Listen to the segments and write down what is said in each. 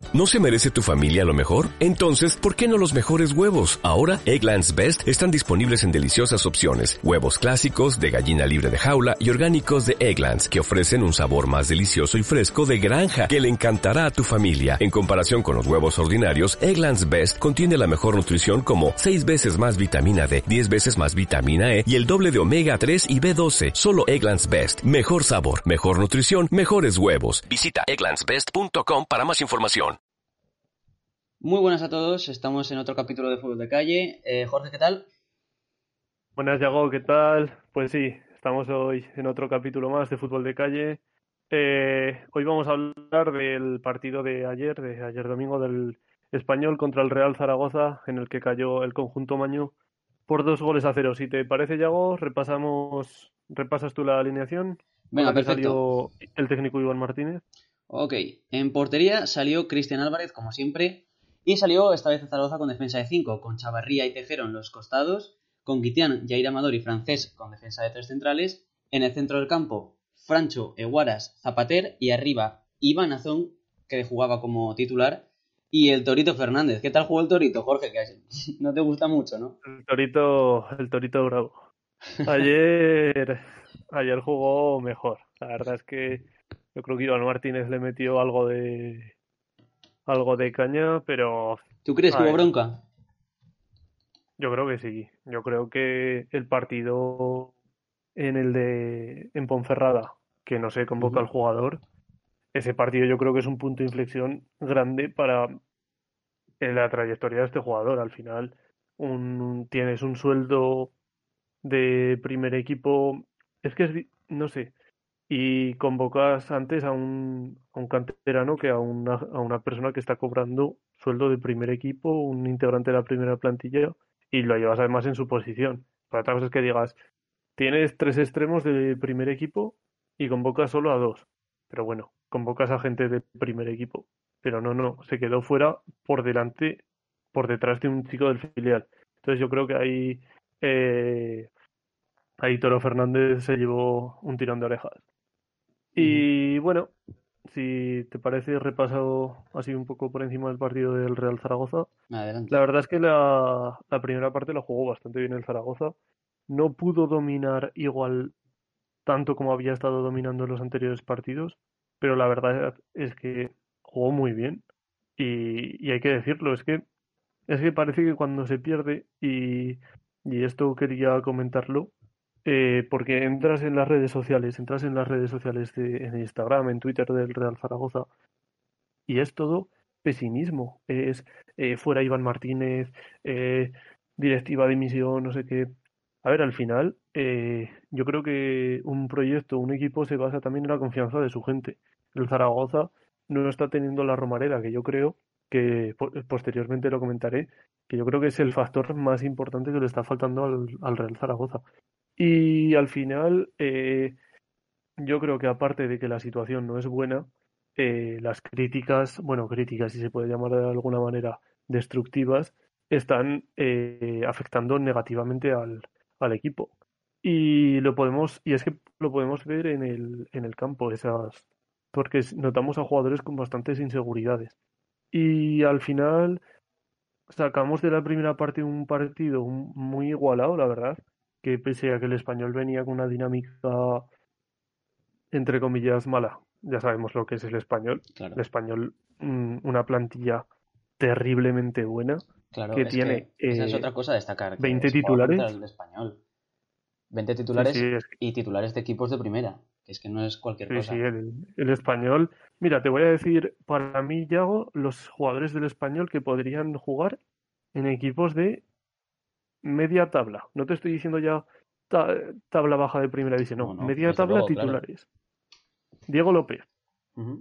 ¿No se merece tu familia lo mejor? Entonces, ¿por qué no los mejores huevos? Ahora, Eggland's Best están disponibles en deliciosas opciones. Huevos clásicos, de gallina libre de jaula y orgánicos de Eggland's, que ofrecen un sabor más delicioso y fresco de granja que le encantará a tu familia. En comparación con los huevos ordinarios, Eggland's Best contiene la mejor nutrición como 6 veces más vitamina D, 10 veces más vitamina E y el doble de omega 3 y B12. Solo Eggland's Best. Mejor sabor, mejor nutrición, mejores huevos. Visita egglandsbest.com para más información. Muy buenas a todos, estamos en otro capítulo de Fútbol de Calle. Jorge, ¿qué tal? Buenas, Yago, ¿qué tal? Pues sí, estamos hoy en otro capítulo más de Fútbol de Calle. Hoy vamos a hablar del partido de ayer domingo, del Español contra el Real Zaragoza, en el que cayó el conjunto maño por 2-0. Si te parece, Yago, repasas tú la alineación con Venga, la que perfecto. salió el técnico Iván Martínez. Ok, en portería salió Cristian Álvarez, como siempre, y salió esta vez Zaragoza con defensa de 5, con Chavarría y Tejero en los costados, con Guitián, Jair Amador y Francés con defensa de 3 centrales, en el centro del campo, Francho, Eguaras, Zapater, y arriba, Iván Azón, que jugaba como titular, y el Torito Fernández. ¿Qué tal jugó el Torito, Jorge? Que no te gusta mucho, ¿no? El Torito Bravo. Ayer jugó mejor. La verdad es que yo creo que Iván Martínez le metió algo de caña, pero ¿Tú crees a que hubo ver, bronca? yo creo que sí. Yo creo que el partido en Ponferrada, que no se convoca al Ujú. jugador, ese partido yo creo que es un punto de inflexión grande para la trayectoria de este jugador. Al final, tienes un sueldo de primer equipo, es que no sé, y convocas antes a un canterano que a una persona que está cobrando sueldo de primer equipo, un integrante de la primera plantilla, y lo llevas además en su posición. Para otra cosa es que digas, tienes 3 extremos de primer equipo y convocas solo a 2. Pero bueno, convocas a gente de primer equipo. Pero no, se quedó fuera por detrás de un chico del filial. Entonces yo creo que ahí Toro Fernández se llevó un tirón de orejas. Ujú. Y bueno, si te parece, he repasado así un poco por encima del partido del Real Zaragoza. Adelante. La verdad es que la primera parte la jugó bastante bien el Zaragoza. No pudo dominar igual tanto como había estado dominando en los anteriores partidos, pero la verdad es que jugó muy bien. Y hay que decirlo, es que parece que cuando se pierde, y esto quería comentarlo, porque entras en las redes sociales en Instagram, en Twitter del Real Zaragoza, y es todo pesimismo. Es fuera Iván Martínez, eh, directiva de dimisión, no sé qué. A ver, al final, yo creo que un proyecto, un equipo se basa también en la confianza de su gente. El Zaragoza no está teniendo la Romareda, que yo creo que posteriormente lo comentaré, que yo creo que es el factor más importante que le está faltando al Real Zaragoza. Y al final, yo creo que aparte de que la situación no es buena, las críticas, bueno, críticas, si se puede llamar de alguna manera, destructivas, están afectando negativamente al equipo. Y es que lo podemos ver en el campo, porque notamos a jugadores con bastantes inseguridades. Y al final sacamos de la primera parte un partido muy igualado, la verdad, que pese a que el Español venía con una dinámica entre comillas, mala. Ya sabemos lo que es el español. Claro, El español, una plantilla terriblemente buena claro, que es tiene que esa es otra cosa a destacar, que 20 se juega contra titulares. el Español. 20 Sí, sí, titulares y titulares de equipos de primera, que es que no es cualquier sí, sí, cosa. el español. Mira, te voy a decir, para mí, Yago, los jugadores del español que podrían jugar en equipos de media tabla. No te estoy diciendo ya ta- tabla baja de primera división, No, no, no, media desde tabla luego, claro. titulares. Diego López, Ujú.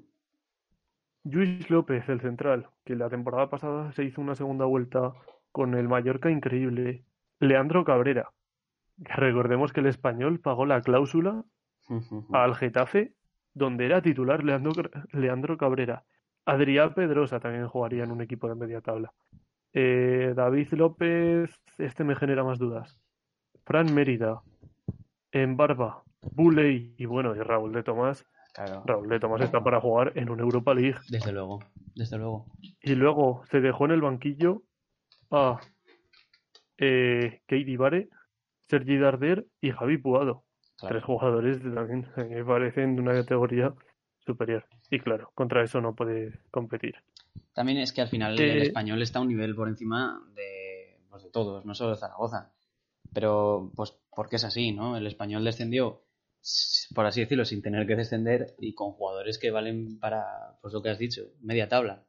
Luis López, el central, que la temporada pasada se hizo una segunda vuelta con el Mallorca increíble. Leandro Cabrera, que recordemos que el Español pagó la cláusula al Getafe, donde era titular Leandro Cabrera. Adrián Pedrosa también jugaría en un equipo de media tabla. David López, este me genera más dudas. Fran Mérida, en Barba, Buley y bueno, y Raúl de Tomás. Claro, Raúl de Tomás está para jugar en una Europa League. desde luego. desde luego. Y luego se dejó en el banquillo a Keidi Bare, Sergi Darder y Javi Puado. Claro. 3 jugadores también me parecen de una categoría superior. Y claro, contra eso no puede competir. También es que al final el Eh, español está un nivel por encima pues de todos, no solo de Zaragoza. Pero, pues, porque es así, ¿no? El español descendió, por así decirlo, sin tener que descender y con jugadores que valen para, pues lo que has dicho, media tabla.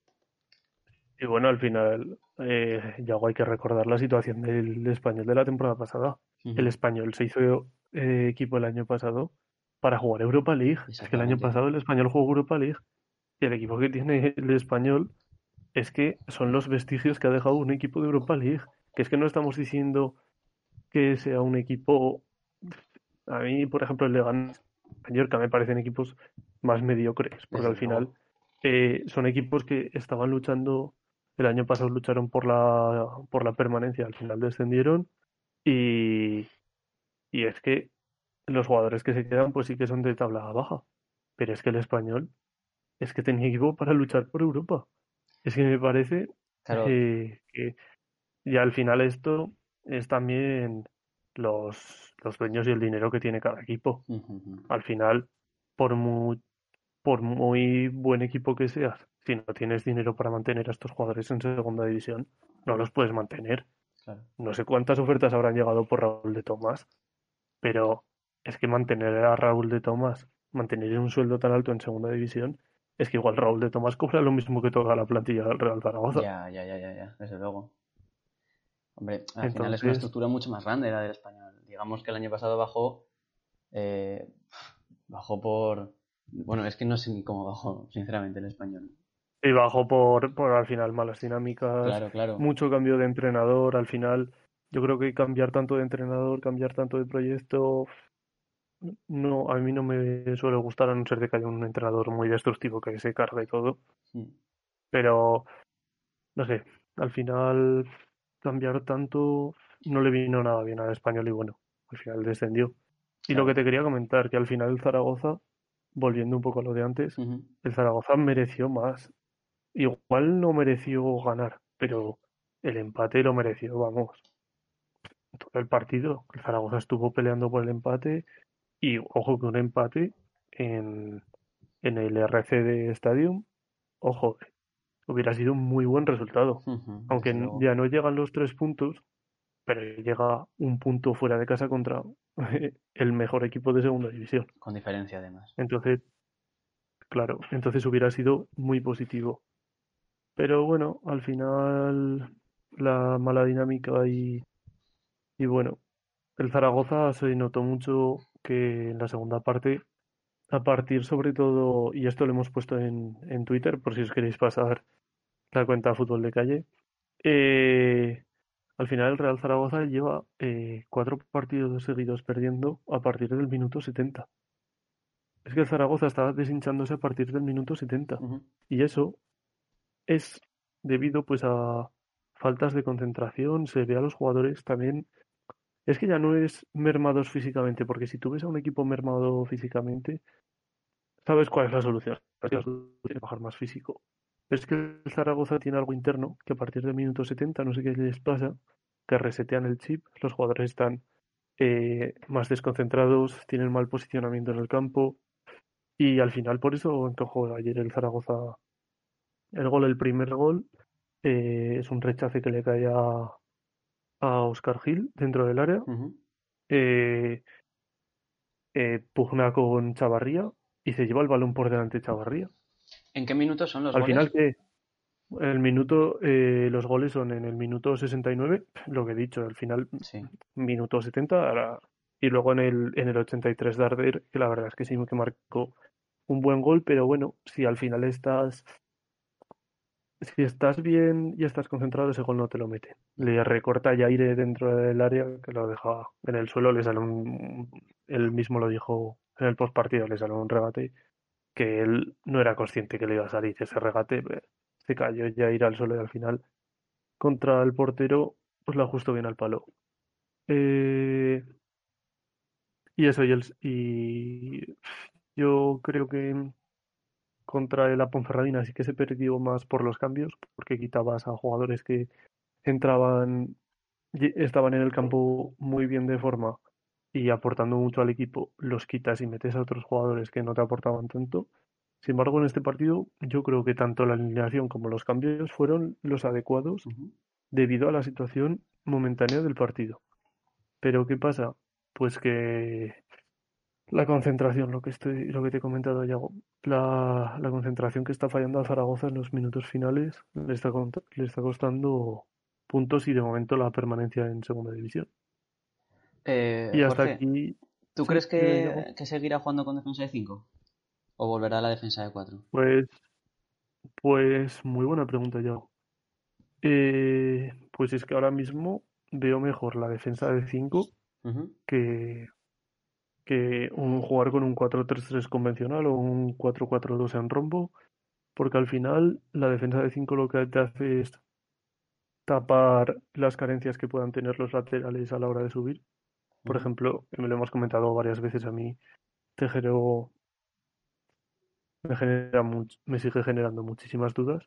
y bueno, al final, ya hay que recordar la situación del español de la temporada pasada. El Ujú. español se hizo equipo el año pasado para jugar Europa League. Es que el año Exactamente. pasado el español jugó Europa League. Y el equipo que tiene el español es que son los vestigios que ha dejado un equipo de Europa League. Que es que no estamos diciendo que sea un equipo. A mí, por ejemplo, el Leganés, Mallorca me parecen equipos más mediocres, porque Desde al final luego. son equipos que estaban luchando, el año pasado lucharon por la permanencia, al final descendieron y, y es que los jugadores que se quedan pues sí que son de tabla baja, pero es que el español es que tenía equipo para luchar por Europa. Es que me parece Claro. que ya al final esto es también los dueños y el dinero que tiene cada equipo. Ujú, ujú. Al final, por por muy buen equipo que seas, si no tienes dinero para mantener a estos jugadores en segunda división, no los puedes mantener. Claro. No sé cuántas ofertas habrán llegado por Raúl de Tomás, pero es que mantener a Raúl de Tomás, mantener un sueldo tan alto en segunda división, es que igual Raúl de Tomás cobra lo mismo que toda la plantilla del Real Zaragoza. Ya, ya, ya, ya, ya, desde luego. Hombre, al final es una Entonces, estructura mucho más grande la del español. Digamos que el año pasado eh, bajó por... Bueno, es que no sé ni cómo bajó, sinceramente, el español. y bajó por al final malas dinámicas, Claro, claro. mucho cambio de entrenador, al final yo creo que cambiar tanto de entrenador, cambiar tanto de proyecto, no, a mí no me suele gustar a no ser de que haya un entrenador muy destructivo que se cargue todo, Mm. pero no sé, al final cambiar tanto no le vino nada bien al español y bueno, al final descendió. Y lo que Claro. te quería comentar, que al final el Zaragoza, volviendo un poco a lo de antes, Ujú. el Zaragoza mereció más. Igual no mereció ganar, pero el empate lo mereció, vamos. Todo el partido, el Zaragoza estuvo peleando por el empate y ojo que un empate en, en el RCD Stadium, ojo, hubiera sido un muy buen resultado. Ujú, Aunque desde luego. ya no llegan los 3 puntos, pero llega un punto fuera de casa contra el mejor equipo de segunda división. Con diferencia, además. Entonces, claro, entonces hubiera sido muy positivo. Pero bueno, al final la mala dinámica y bueno, el Zaragoza se notó mucho que en la segunda parte, a partir sobre todo, y esto lo hemos puesto en Twitter, por si os queréis pasar la cuenta Fútbol de Calle, eh, al final el Real Zaragoza lleva 4 partidos seguidos perdiendo a partir del minuto 70. Es que el Zaragoza estaba deshinchándose a partir del minuto 70. Ujú. Y eso es debido pues a faltas de concentración, se ve a los jugadores también. Es que ya no es mermados físicamente, porque si tú ves a un equipo mermado físicamente, sabes cuál es la solución. La solución es bajar más físico. Pero es que el Zaragoza tiene algo interno que a partir del minuto 70, no sé qué les pasa, que resetean el chip, los jugadores están más desconcentrados, tienen mal posicionamiento en el campo y al final por eso encajó ayer el Zaragoza el primer gol, es un rechace que le cae a Oscar Gil dentro del área. Ujú. eh, Pugna con Chavarría y se lleva el balón por delante Chavarría. ¿En qué minutos son los Al final, goles? que los goles son en el minuto 69, lo que he dicho, al final, Sí. minuto 70, y luego en el 83 Darder, que la verdad es que sí que marcó un buen gol, pero bueno, si al final si estás bien y estás concentrado, ese gol no te lo mete. Le recorta a Yaire dentro del área, que lo deja en el suelo, le sale él mismo lo dijo en el postpartido, le sale un regate que él no era consciente que le iba a salir ese regate, se cayó ya ir al suelo y al final contra el portero pues la ajustó bien al palo. Eh, y eso, y yo creo que contra la Ponferradina sí que se perdió más por los cambios, porque quitabas a jugadores que entraban, estaban en el campo muy bien de forma y aportando mucho al equipo, los quitas y metes a otros jugadores que no te aportaban tanto. Sin embargo, en este partido yo creo que tanto la alineación como los cambios fueron los adecuados Ujú. debido a la situación momentánea del partido. Pero ¿qué pasa? Pues que la concentración, lo que te he comentado, Yago, la concentración que está fallando a Zaragoza en los minutos finales le está costando puntos y de momento la permanencia en segunda división. Y hasta Jorge, aquí, ¿tú sí, crees dime, Yago. que seguirá jugando con defensa de 5? ¿O volverá a la defensa de 4? Pues, pues muy buena pregunta, Yago. Pues es que ahora mismo veo mejor la defensa de 5 que, que un jugar con un 4-3-3 convencional o un 4-4-2 en rombo, porque al final la defensa de 5 lo que te hace es tapar las carencias que puedan tener los laterales a la hora de subir. Por ejemplo, me lo hemos comentado varias veces a mí, Tejero me sigue generando muchísimas dudas.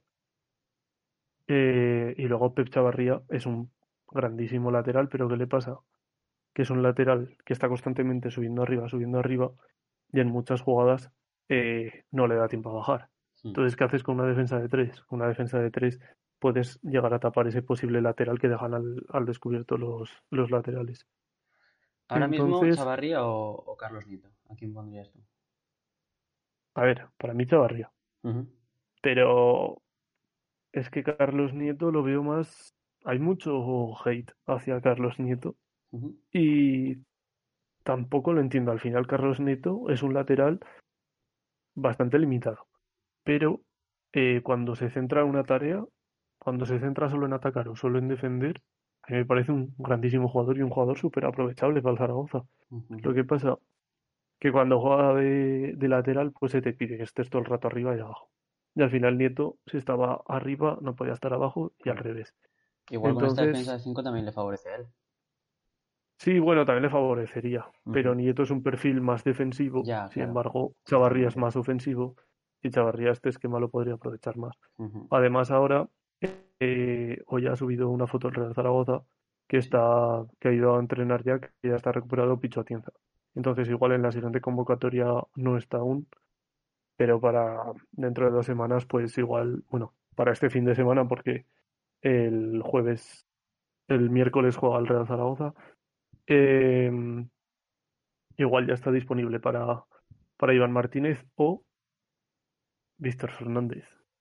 Y luego Pep Chavarría es un grandísimo lateral, pero ¿qué le pasa? Que es un lateral que está constantemente subiendo arriba, y en muchas jugadas no le da tiempo a bajar. Entonces, ¿qué haces con una defensa de tres? Con una defensa de tres puedes llegar a tapar ese posible lateral que dejan al descubierto los laterales. Ahora mismo, Entonces, Chavarría o Carlos Nieto. ¿A quién pondrías tú? a ver, para mí Chavarría, Ujú, pero es que Carlos Nieto lo veo más. Hay mucho hate hacia Carlos Nieto ujú. y tampoco lo entiendo. Al final, Carlos Nieto es un lateral bastante limitado, pero cuando se centra en una tarea, cuando se centra solo en atacar o solo en defender, a mí me parece un grandísimo jugador y un jugador súper aprovechable para el Zaragoza. Ujú. Lo que pasa que cuando juega de lateral, pues se te pide que estés todo el rato arriba y abajo. Y al final Nieto, si estaba arriba, no podía estar abajo y al Claro. revés. Igual con esta defensa Entonces, de 5 también le favorece a él. sí, bueno, también le favorecería, pero Ujú. Nieto es un perfil más defensivo, Ya, sin claro. embargo, Chavarría es Totalmente. más ofensivo y Chavarría este esquema lo podría aprovechar más. Ujú. Además, ahora, hoy ha subido una foto el Real Zaragoza Sí. que ha ido a entrenar ya, que ya está recuperado Picho Atienza. Entonces, igual en la siguiente convocatoria no está aún, pero para dentro de 2 semanas, pues igual, bueno, para este fin de semana, porque el jueves, el miércoles juega el Real Zaragoza, eh, igual ya está disponible para Iván Martínez o Víctor Fernández.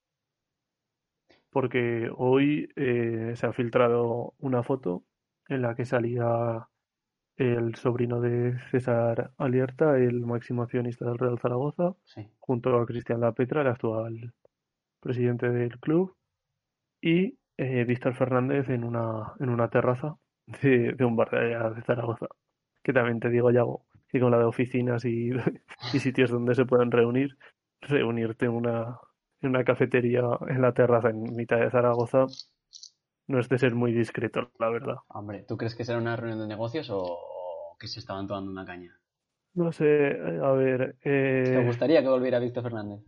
Porque hoy se ha filtrado una foto en la que salía el sobrino de César Alierta, el máximo accionista del Real Zaragoza, Sí. junto a Cristian Lapetra, el actual presidente del club, y Víctor Fernández en una terraza de un bar de allá de Zaragoza. Que también te digo, Yago, que con la de oficinas y sitios donde se pueden reunir, reunirte en una cafetería en la terraza en mitad de Zaragoza no es de ser muy discreto, la verdad. Hombre, ¿tú crees que será una reunión de negocios o que se estaban tomando una caña? No sé, a ver, ¿Te gustaría que volviera Víctor Fernández?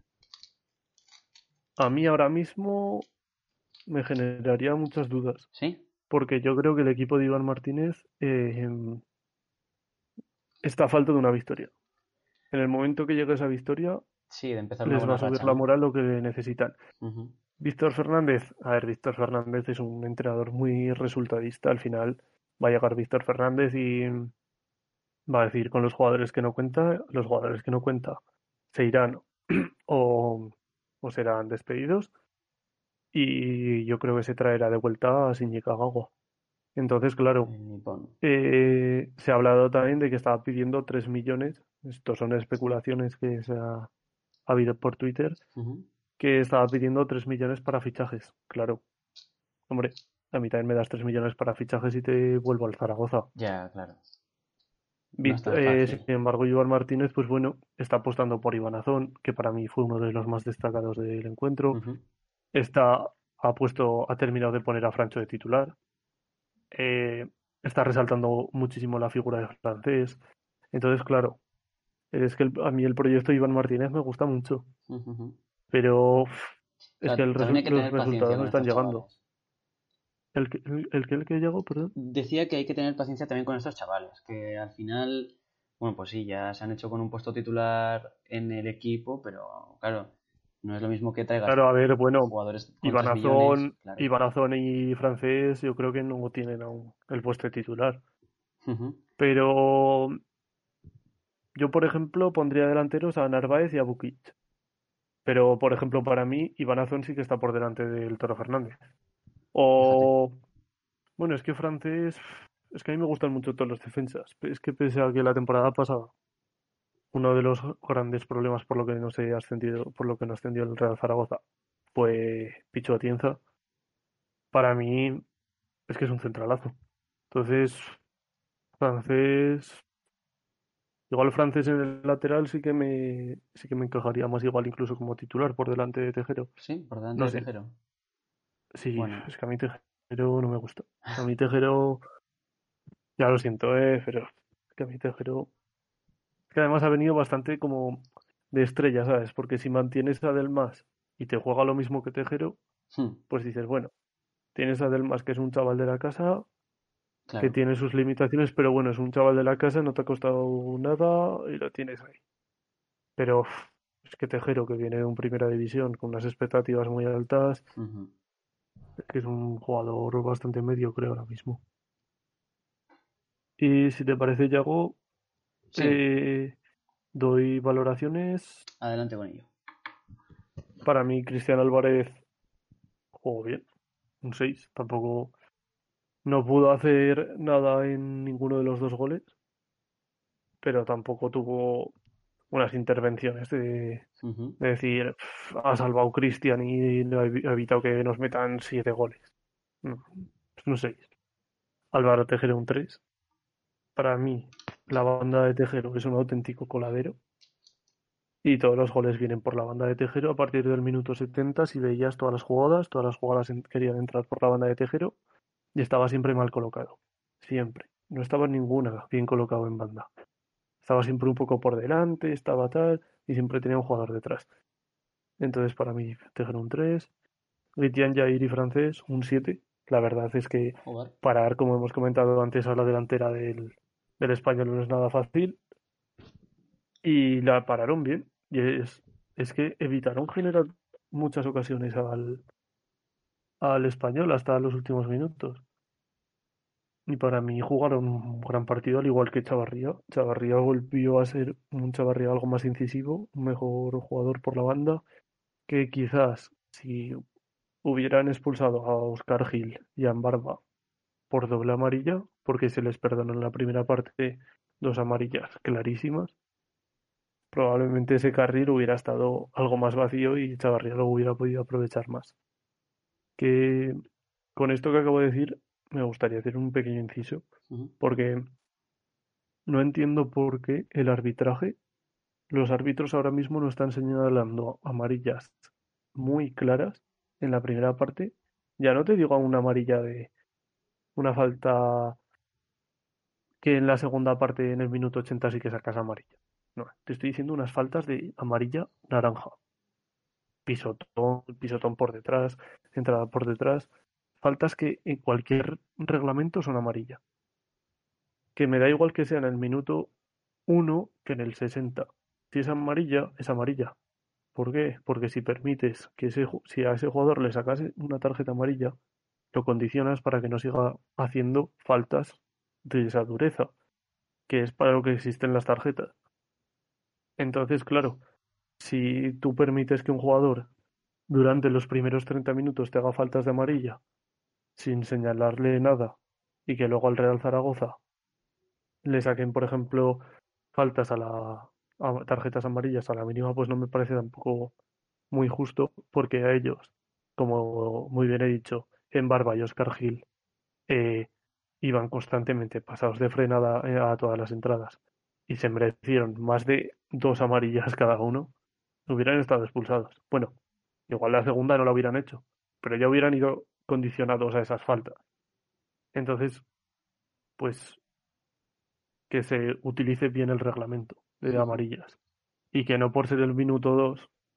a mí ahora mismo me generaría muchas dudas, ¿Sí? porque yo creo que el equipo de Iván Martínez está a falta de una victoria. En el momento que llegue esa victoria, Sí, de empezar una les va buena a subir racha, la ¿no? moral lo que necesitan. Ujú. Víctor Fernández, a ver, Víctor Fernández es un entrenador muy resultadista. Al final va a llegar Víctor Fernández y va a decir con los jugadores que no cuenta, los jugadores que no cuenta se irán o, o serán despedidos y yo creo que se traerá de vuelta a Shinji Kagawa. Entonces, claro, El nipón. se ha hablado también de que estaba pidiendo 3 millones, estos son especulaciones que ha habido por Twitter, Ujú. que estaba pidiendo 3 millones para fichajes. Claro, hombre, a mí también me das 3 millones para fichajes y te vuelvo al Zaragoza. Ya, claro. No es tan Sin fácil. embargo, Iván Martínez, pues bueno, está apostando por Iván Azón, que para mí fue uno de los más destacados del encuentro. Ujú. Ha terminado de poner a Francho de titular. Eh, Está resaltando muchísimo la figura de francés. Entonces, claro, es que a mí el proyecto de Iván Martínez me gusta mucho. Ujú. Pero es que Claro, también hay que los tener paciencia resultados no con están estos llegando. chavales. El que llegó, perdón. Decía que hay que tener paciencia también con estos chavales, que al final, bueno, pues sí, ya se han hecho con un puesto titular en el equipo, pero claro, no es lo mismo que traigas Claro, a ver, bueno, jugadores con 3 millones, Ibanazón, claro. Ibanazón y Francés yo creo que no tienen aún el puesto titular. Ujú. Pero yo, por ejemplo, pondría delanteros a Narváez y a Bukic. Pero, por ejemplo, para mí, Ibanazón sí que está por delante del Toro Fernández. Fíjate. O, bueno, es que Francés, es que a mí me gustan mucho todos los defensas. Es que pese a que la temporada pasada, uno de los grandes problemas por lo que no se ha ascendido, por lo que no ascendió el Real Zaragoza fue Pichu Atienza, para mí es que es un centralazo. Entonces, francés, igual francés en el lateral sí que me encajaría más igual incluso como titular por delante de Tejero. Sí, por delante No de sé, Tejero. sí, Bueno, es que a mí Tejero no me gusta. A mí Tejero, ya lo siento, pero es que a mí Tejero, es que además ha venido bastante como de estrella, ¿sabes? Porque si mantienes a Delmas y te juega lo mismo que Tejero, hmm, pues dices, bueno, tienes a Delmas que es un chaval de la casa, que claro. tiene sus limitaciones, pero bueno, es un chaval de la casa, no te ha costado nada y lo tienes ahí. Pero es que Tejero, que viene de un primera división con unas expectativas muy altas, Ujú. es que es un jugador bastante mediocre ahora mismo. Y si te parece, Yago, Sí, eh, doy valoraciones. adelante con ello. Para mí, Cristian Álvarez jugó bien, un 6. Tampoco no pudo hacer nada en ninguno de los dos goles, pero tampoco tuvo unas intervenciones Ujú. de decir, ha salvado Cristian y no ha evitado que nos metan 7 goles". No, es un 6. Álvaro Tejero un 3. Para mí, la banda de Tejero es un auténtico coladero y todos los goles vienen por la banda de Tejero. A partir del minuto 70, si veías todas las jugadas querían entrar por la banda de Tejero y estaba siempre mal colocado. Siempre. No estaba ninguna bien colocado en banda. Estaba siempre un poco por delante, estaba tal y siempre tenía un jugador detrás. Entonces, para mí, Tejero un 3. Litian, Jair y Francés un 7. La verdad es que Joder. parar, como hemos comentado antes, a la delantera del español no es nada fácil y la pararon bien. Y es que evitaron generar muchas ocasiones al español hasta los últimos minutos. Y para mí jugaron un gran partido, al igual que Chavarría. Chavarría volvió a ser un Chavarría algo más incisivo, un mejor jugador por la banda, que quizás si hubieran expulsado a Oscar Gil y a Barba por doble amarilla, porque se les perdonó en la primera parte 2 amarillas clarísimas, probablemente ese carril hubiera estado algo más vacío y Chavarría lo hubiera podido aprovechar más. Que con esto que acabo de decir, me gustaría hacer un pequeño inciso, Ujú. porque no entiendo por qué el arbitraje, los árbitros ahora mismo no están señalando amarillas muy claras en la primera parte. Ya no te digo a una amarilla de una falta que en la segunda parte, en el minuto 80, sí que sacas amarilla. No, te estoy diciendo unas faltas de amarilla naranja. Pisotón, pisotón por detrás, entrada por detrás. Faltas que en cualquier reglamento son amarilla. Que me da igual que sea en el minuto 1 que en el 60. Si es amarilla, es amarilla. ¿Por qué? Porque si permites que si a ese jugador le sacas una tarjeta amarilla, lo condicionas para que no siga haciendo faltas de esa dureza, que es para lo que existen las tarjetas. Entonces, claro, si tú permites que un jugador durante los primeros 30 minutos te haga faltas de amarilla sin señalarle nada y que luego al Real Zaragoza le saquen, por ejemplo, faltas a tarjetas amarillas a la mínima, pues no me parece tampoco muy justo porque a ellos, como muy bien he dicho, en Barba y Oscar Gil eh, iban constantemente pasados de frenada a todas las entradas y se merecieron más de 2 amarillas cada uno, hubieran estado expulsados. Bueno, igual la segunda no la hubieran hecho, pero ya hubieran ido condicionados a esas faltas. Entonces, pues que se utilice bien el reglamento de Ujú. amarillas y que no por ser el minuto 2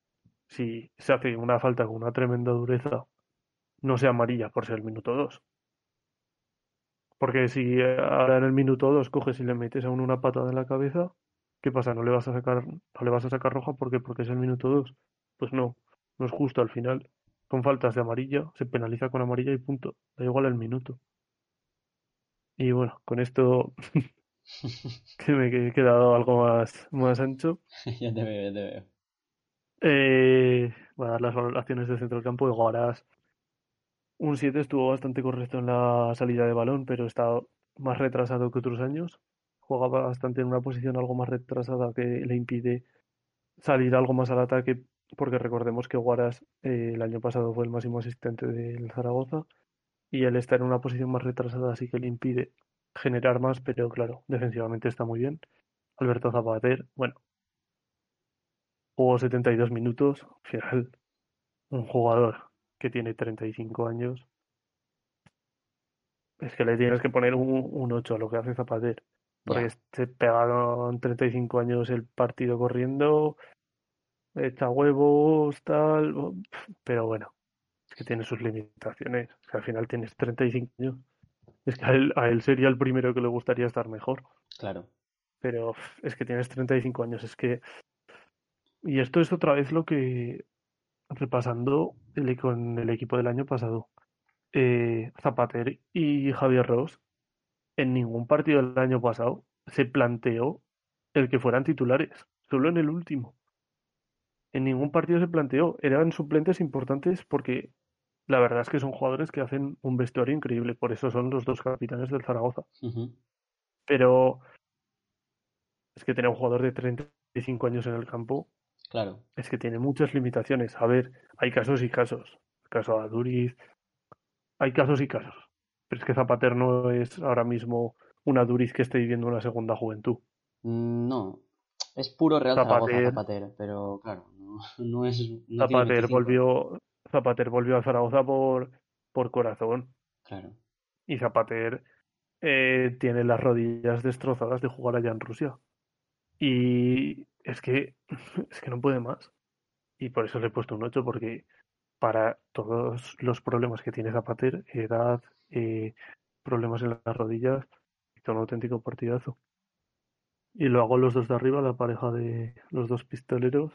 si se hace una falta con una tremenda dureza, no sea amarilla por ser el minuto 2. Porque si ahora en el minuto 2 coges y le metes a uno una patada en la cabeza, ¿qué pasa? ¿No le vas a sacar roja? ¿Por qué? Porque es el minuto 2. Pues no, no es justo al final. Con faltas de amarilla, se penaliza con amarilla y punto. Da igual el minuto. Y bueno, con esto que me he quedado algo más ancho, Ya te veo, ya te veo. voy a dar las valoraciones de centro del campo. Y Guaras, un 7 estuvo bastante correcto en la salida de balón, pero está más retrasado que otros años. Juega bastante en una posición algo más retrasada que le impide salir algo más al ataque, porque recordemos que Guaras el año pasado fue el máximo asistente del Zaragoza y él está en una posición más retrasada, así que le impide generar más, pero claro, defensivamente está muy bien. Alberto Zapater, bueno, jugó 72 minutos, al final, un jugador que tiene 35 años, es que le tienes que poner un 8 a lo que hace Zapater, porque Ya, se pegaron 35 años el partido corriendo, echa huevos, tal, pero bueno, es que tiene sus limitaciones, que al final tienes 35 años, es que a él sería el primero que le gustaría estar mejor, claro. pero es que tienes 35 años, es que... Y esto es otra vez lo que, repasando con el equipo del año pasado, Zapater y Javier Ross, en ningún partido del año pasado se planteó el que fueran titulares, solo en el último. En ningún partido se planteó, eran suplentes importantes porque la verdad es que son jugadores que hacen un vestuario increíble, por eso son los dos capitanes del Zaragoza. Ujú. Pero es que tener un jugador de 35 años en el campo Claro. es que tiene muchas limitaciones. A ver, hay casos y casos. El caso de Aduriz, hay casos y casos. Pero es que Zapater no es ahora mismo una Aduriz que esté viviendo una segunda juventud. No, es puro Real Zaragoza Zapater, Zapatero, pero claro, no, no es, no tiene Zapater 25. volvió, Zapater volvió a Zaragoza por corazón. Claro. Y Zapater tiene las rodillas destrozadas de jugar allá en Rusia. Y es que no puede más. Y por eso le he puesto un 8 porque para todos los problemas que tiene Zapater, edad, eh, problemas en las rodillas, hizo un auténtico partidazo. Y luego los dos de arriba, la pareja de los dos pistoleros,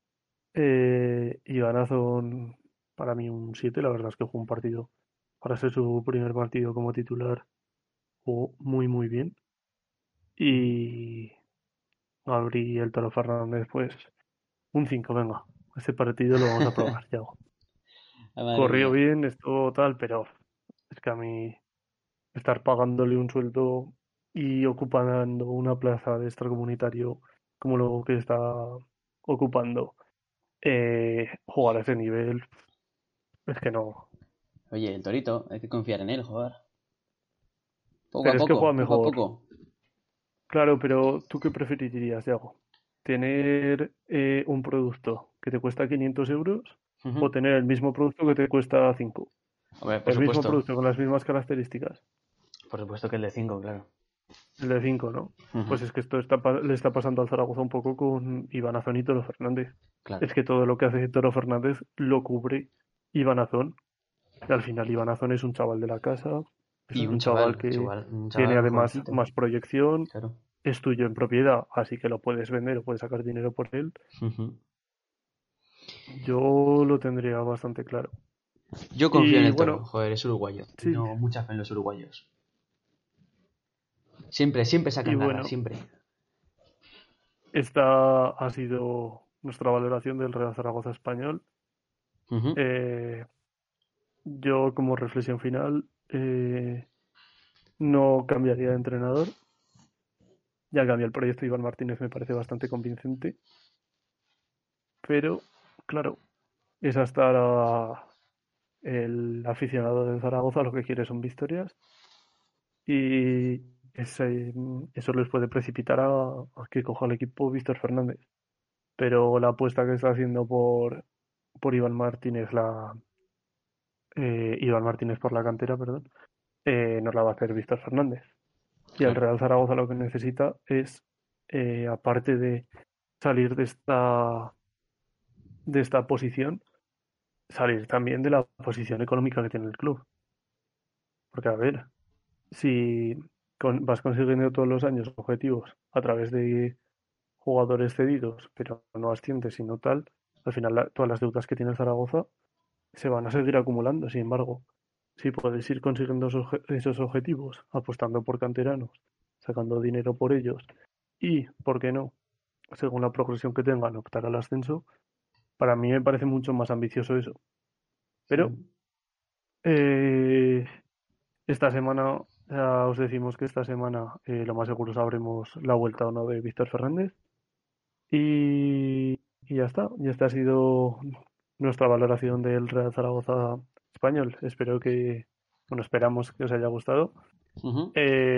Iván Azón, para mí un 7, la verdad es que jugó un partido, para ser su primer partido como titular, jugó muy muy bien. Ujú. Y Gabriel Toro Fernández, pues un 5 venga, este partido lo vamos a probar, ya. Ay, madre Corrió mía. bien, estuvo tal, pero es que a mí estar pagándole un sueldo y ocupando una plaza de extracomunitario como lo que está ocupando, jugar a ese nivel, es que no. Oye, el Torito, hay que confiar en él, joder. Poco a Pero es que poco, juega poco a mejor. poco. Claro, pero ¿tú qué preferirías, Yago? ¿Tener un producto que te cuesta 500 euros o Ujú. tener el mismo producto que te cuesta 5? Hombre, El mismo producto con las mismas características. por supuesto que el de 5, claro. El de 5, ¿no? Pues Ujú. es que esto le está pasando al Zaragoza un poco con Iván Azón y Toro Fernández. Claro. Es que todo lo que hace Toro Fernández lo cubre Iván Azón. Y al final Iván Azón es un chaval de la casa, es Y un chaval que un tiene chaval además jovencito. más proyección, Claro. es tuyo en propiedad, así que lo puedes vender o puedes sacar dinero por él. Ujú. Yo lo tendría bastante claro. Yo confío en Y el Toro, bueno, joder, es uruguayo. Y sí, tengo mucha fe en los uruguayos. Siempre, siempre y sacan garra, bueno, siempre. esta ha sido nuestra valoración del Real Zaragoza español. Ujú. Eh, yo como reflexión final no cambiaría de entrenador. Ya cambió el proyecto de Iván Martínez, me parece bastante convincente. Pero, claro, es hasta el aficionado de Zaragoza lo que quiere son victorias. Y eso les puede precipitar a que coja el equipo Víctor Fernández. Pero la apuesta que está haciendo por Iván Martínez por la cantera, perdón, no la va a hacer Víctor Fernández. Y el Claro. Real Zaragoza lo que necesita es, aparte de salir de esta de esta posición, salir también de la posición económica que tiene el club. Porque, a ver, si vas consiguiendo todos los años objetivos a través de jugadores cedidos, pero no asciendes sino tal, al final todas las deudas que tiene el Zaragoza se van a seguir acumulando. Sin embargo, si puedes ir consiguiendo esos objetivos, apostando por canteranos, sacando dinero por ellos y, ¿por qué no?, según la progresión que tengan, optar al ascenso, para mí me parece mucho más ambicioso eso. Pero eh, esta semana, ya os decimos que esta semana lo más seguro sabremos la vuelta o no de Víctor Fernández. Y ya está. Y esta ha sido nuestra valoración del Real Zaragoza español. Espero que, bueno, esperamos que os haya gustado. Ujú.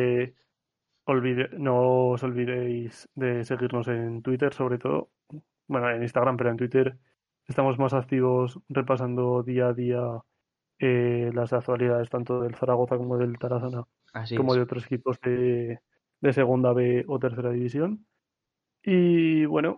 No os olvidéis de seguirnos en Twitter, sobre todo. Bueno, en Instagram, pero en Twitter estamos más activos repasando día a día las actualidades tanto del Zaragoza como del Tarazona, Así como de es. otros equipos de segunda B o tercera división. Y bueno,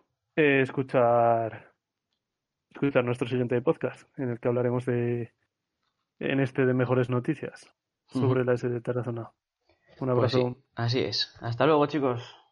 escuchar nuestro siguiente podcast, en el que hablaremos de mejores noticias Ujú. sobre la S de Tarazona. Un Pues sí, abrazo. así es. Hasta luego, chicos.